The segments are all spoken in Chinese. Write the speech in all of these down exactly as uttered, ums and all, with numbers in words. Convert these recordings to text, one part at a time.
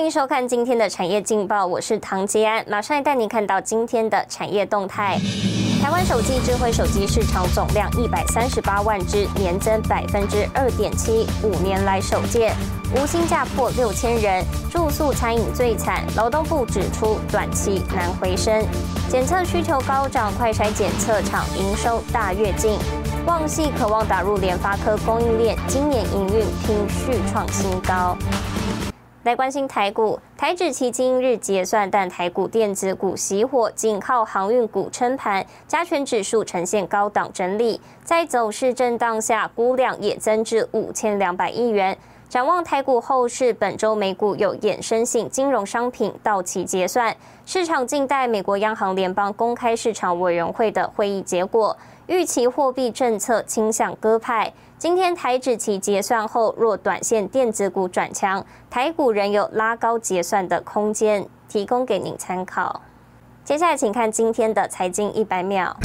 迎收看今天的产业劲报，我是唐杰安，马上带您看到今天的产业动态。台湾手机智慧手机市场总量一百三十八万只，年增百分之二点七，五年来首见。无薪假破六千人，住宿餐饮最惨。劳动部指出，短期难回升。检测需求高涨，快筛检测厂营收大跃进。旺系渴望打入联发科供应链，今年营运拼续创新高。来关心台股，台指期今日结算，但台股电子股熄火，仅靠航运股撑盘，加权指数呈现高档整理，在走势震荡下，估量也增至五千两百亿元。展望台股后市，本周美股有衍生性金融商品到期结算，市场静待美国央行联邦公开市场委员会的会议结果，预期货币政策倾向鸽派。今天台指期结算后，若短线电子股转强，台股仍有拉高结算的空间，提供给您参考。接下来请看今天的财经一百秒。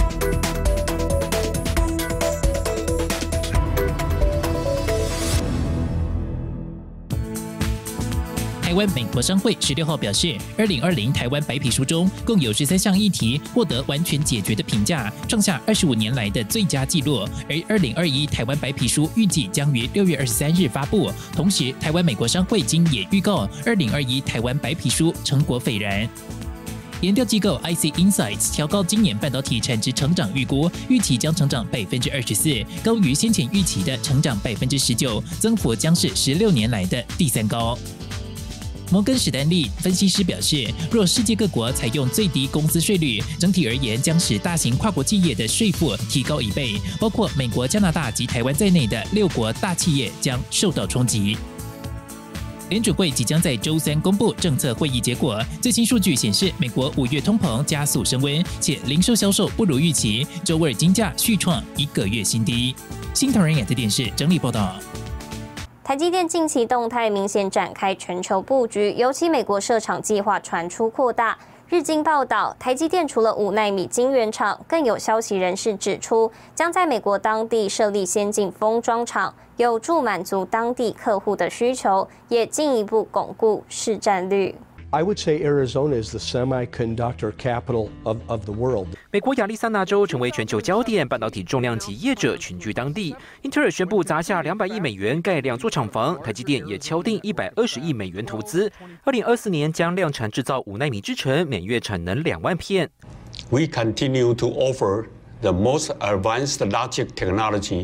台湾美国商会十六号表示，二零二零台湾白皮书中共有十三项议题获得完全解决的评价，创下二十五年来的最佳纪录。而二零二一台湾白皮书预计将于六月二十三日发布。同时，台湾美国商会今也预告，二零二一台湾白皮书成果斐然。研调机构 I C Insights 调高今年半导体产值成长预估，预期将成长百分之二十四，高于先前预期的成长百分之十九，增幅将是十六年来的第三高。摩根史丹利分析师表示，若世界各国采用最低公司税率，整体而言将使大型跨国企业的税负提高一倍，包括美国、加拿大及台湾在内的六国大企业将受到冲击。联准会即将在周三公布政策会议结果，最新数据显示，美国五月通膨加速升温，且零售销售不如预期，周二金价续创一个月新低。新唐人亚太电视整理报道。 台积电近期动态明显展开全球布局，尤其美国设厂计划传出扩大。日经报道，台积电除了五奈米晶圆厂，更有消息人士指出，将在美国当地设立先进封装厂，有助满足当地客户的需求，也进一步巩固市占率。 I would say Arizona is the semiconductor capital of, of the world. 美国亚利桑那州成为全球焦点，半导体重量级业者群居当地。英特尔宣布砸下两百亿美元盖两座厂房，台积电也敲定一百二十亿美元投资，二零二四年将量产制造五奈米制程，每月产能两万片。 We continue to offer the most advanced logic technology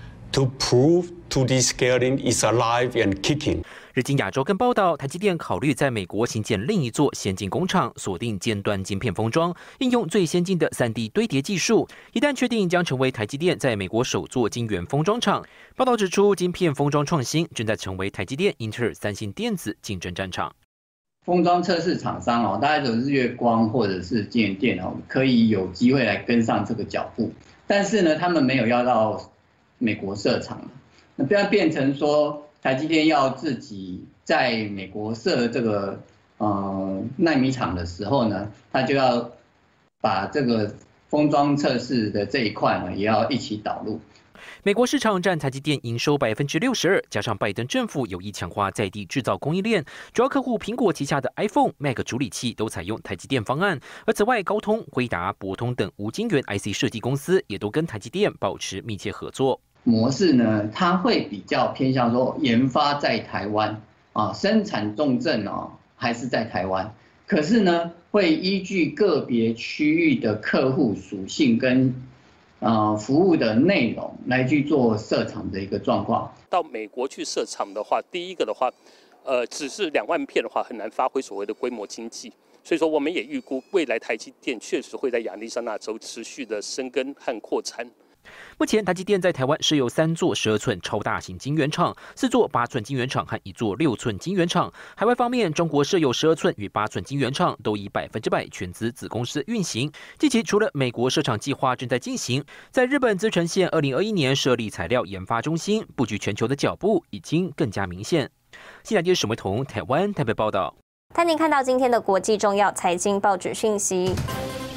to prove two D scaling is alive and kicking. 日经亚洲更报道，台积电考虑在美国新建另一座先进工厂，锁定尖端晶片封装，应用最先进的 三 D 堆叠技术。一旦确定，将成为台积电在美国首座晶圆封装厂。报道指出，晶片封装创新正在成为台积电、英特尔、三星电子竞争战场。 封装测试厂商哦，大概有日月光或者是金源电哦，可以有机会来跟上这个脚步。但是呢，他们没有要到美国设厂，那不要变成说。台积电要自己在美国设这个呃奈米厂的时候呢，他就要把这个封装测试的这一块呢，也要一起导入。 美国市场占台积电营收百分之六十二，加上拜登政府有意强化在地制造供应链，主要客户苹果旗下的 iPhone、Mac 处理器都采用台积电方案。而此外，高通、辉达、博通等无晶圆 I C 设计公司也都跟台积电保持密切合作。 模式呢，它会比较偏向说研发在台湾啊，生产重镇哦还是在台湾，可是呢，会依据个别区域的客户属性跟呃服务的内容来去做设厂的一个状况。 到美国去设厂的话，第一个的话，呃，只是两万片的话，很难发挥所谓的规模经济。所以说，我们也预估未来台积电确实会在亚利桑那州持续的生根和扩产。 目前，台积电在台湾设有三座十二寸超大型晶圆厂、四座八寸晶圆厂和一座六寸晶圆厂。海外方面，中国设有十二寸与八寸晶圆厂，都以百分之百全资子公司运行。近期，除了美国设厂计划正在进行，在日本滋城县二零二一年设立材料研发中心，布局全球的脚步已经更加明显。新台电视沈维彤台湾台北报道。 带您看到今天的国际重要财经报纸讯息。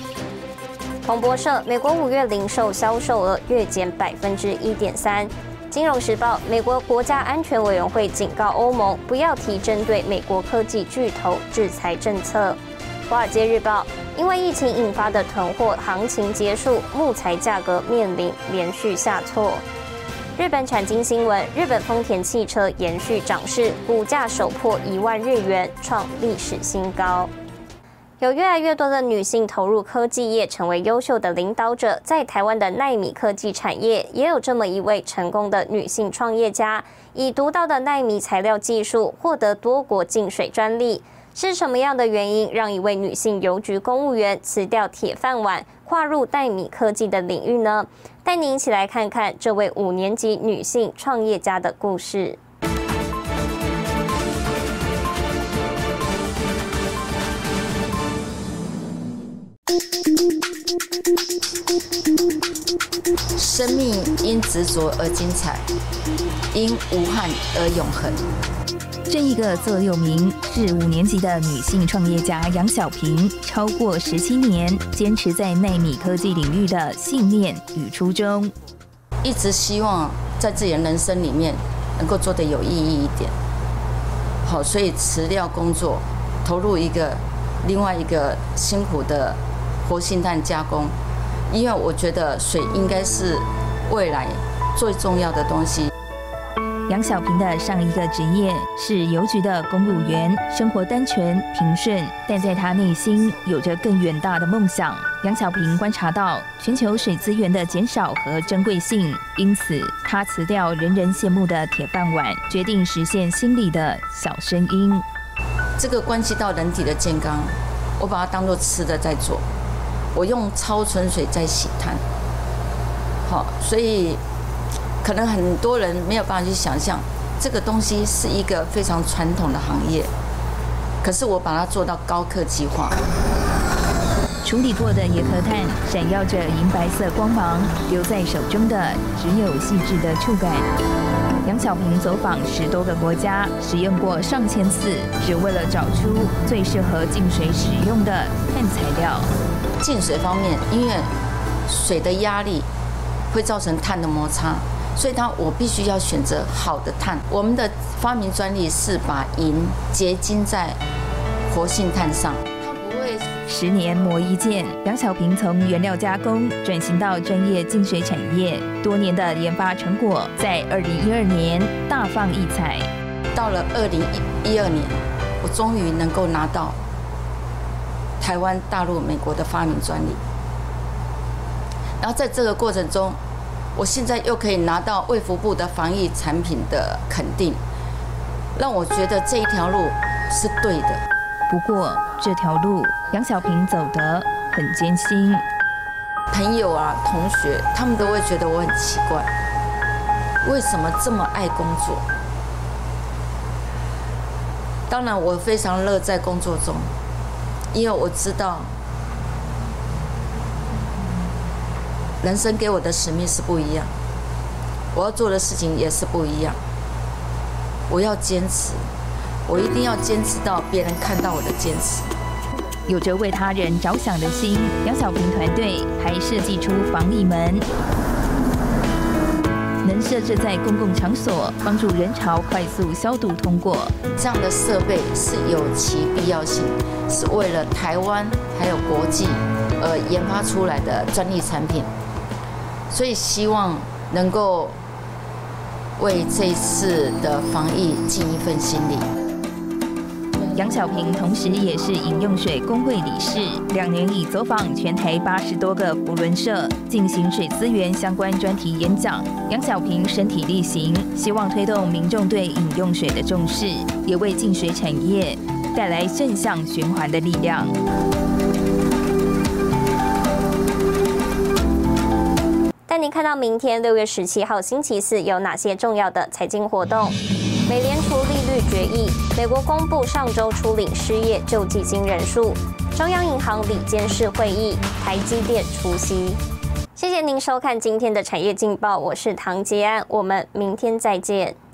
彭博社，美国五月零售销售额月减百分之一点三。 金融时报，美国国家安全委员会警告欧盟不要提针对美国科技巨头制裁政策。华尔街日报，因为疫情引发的囤货行情结束，木材价格面临连续下挫。日本产经新闻，日本丰田汽车延续涨势，股价首破一万日元，创历史新高。有越来越多的女性投入科技业，成为优秀的领导者。在台湾的奈米科技产业，也有这么一位成功的女性创业家，以独到的奈米材料技术获得多国净水专利。是什么样的原因让一位女性邮局公务员辞掉铁饭碗，跨入奈米科技的领域呢？带您一起来看看这位五年级女性创业家的故事。 生命因执着而精彩，因无憾而永恒。 这一个座右铭是五年级的女性创业家杨小萍超过十七年坚持在奈米科技领域的信念与初衷。 一直希望在自己的人生里面能够做得有意义一点。好，所以辞掉工作，投入一个另外一个辛苦的活性炭加工，因为我觉得水应该是未来最重要的东西。 杨小萍的上一个职业是邮局的公务员，生活单纯平顺，但在她内心有着更远大的梦想。杨小萍观察到全球水资源的减少和珍贵性，因此她辞掉人人羡慕的铁饭碗，决定实现心里的小声音。 这个关系到人体的健康，我把它当作吃的在做。我用超纯水在洗炭，好，所以可能很多人没有办法去想象，这个东西是一个非常传统的行业，可是我把它做到高科技化。 处理过的野核炭闪耀着银白色光芒，留在手中的只有细致的触感。杨小萍走访十多个国家，使用过上千次，只为了找出最适合净水使用的碳材料。 净水方面，因为水的压力会造成碳的摩擦，所以它我必须要选择好的碳。我们的发明专利是把银结晶在活性炭上，它不会。 十年磨一剑，杨小萍从原料加工转型到专业净水产业，多年的研发成果在二零一二年大放异彩。 到了二零一二年，我终于能够拿到台湾、大陆、美国的发明专利。然后在这个过程中，我现在又可以拿到卫福部的防疫产品的肯定，让我觉得这一条路是对的。 不过这条路杨小萍走得很艰辛， 朋友啊、同学，他们都会觉得我很奇怪，为什么这么爱工作？当然，我非常乐在工作中，因为我知道人生给我的使命是不一样，我要做的事情也是不一样。我要坚持，我一定要坚持到别人看到我的坚持。 有着为他人着想的心，杨小萍团队还设计出防疫门，能设置在公共场所，帮助人潮快速消毒通过。 这样的设备是有其必要性，是为了台湾还有国际而研发出来的专利产品，所以希望能够为这一次的防疫尽一份心力。 杨小萍同时也是饮用水工会理事，两年已走访全台八十多个扶轮社，进行水资源相关专题演讲。杨小萍身体力行，希望推动民众对饮用水的重视，也为净水产业带来正向循环的力量。 带您看到明天六月十七号星期四有哪些重要的财经活动。美联储利率决议，美国公布上周初领失业救济金人数，中央银行理监事会议，台积电出席。谢谢您收看今天的产业劲报，我是唐杰安，我们明天再见。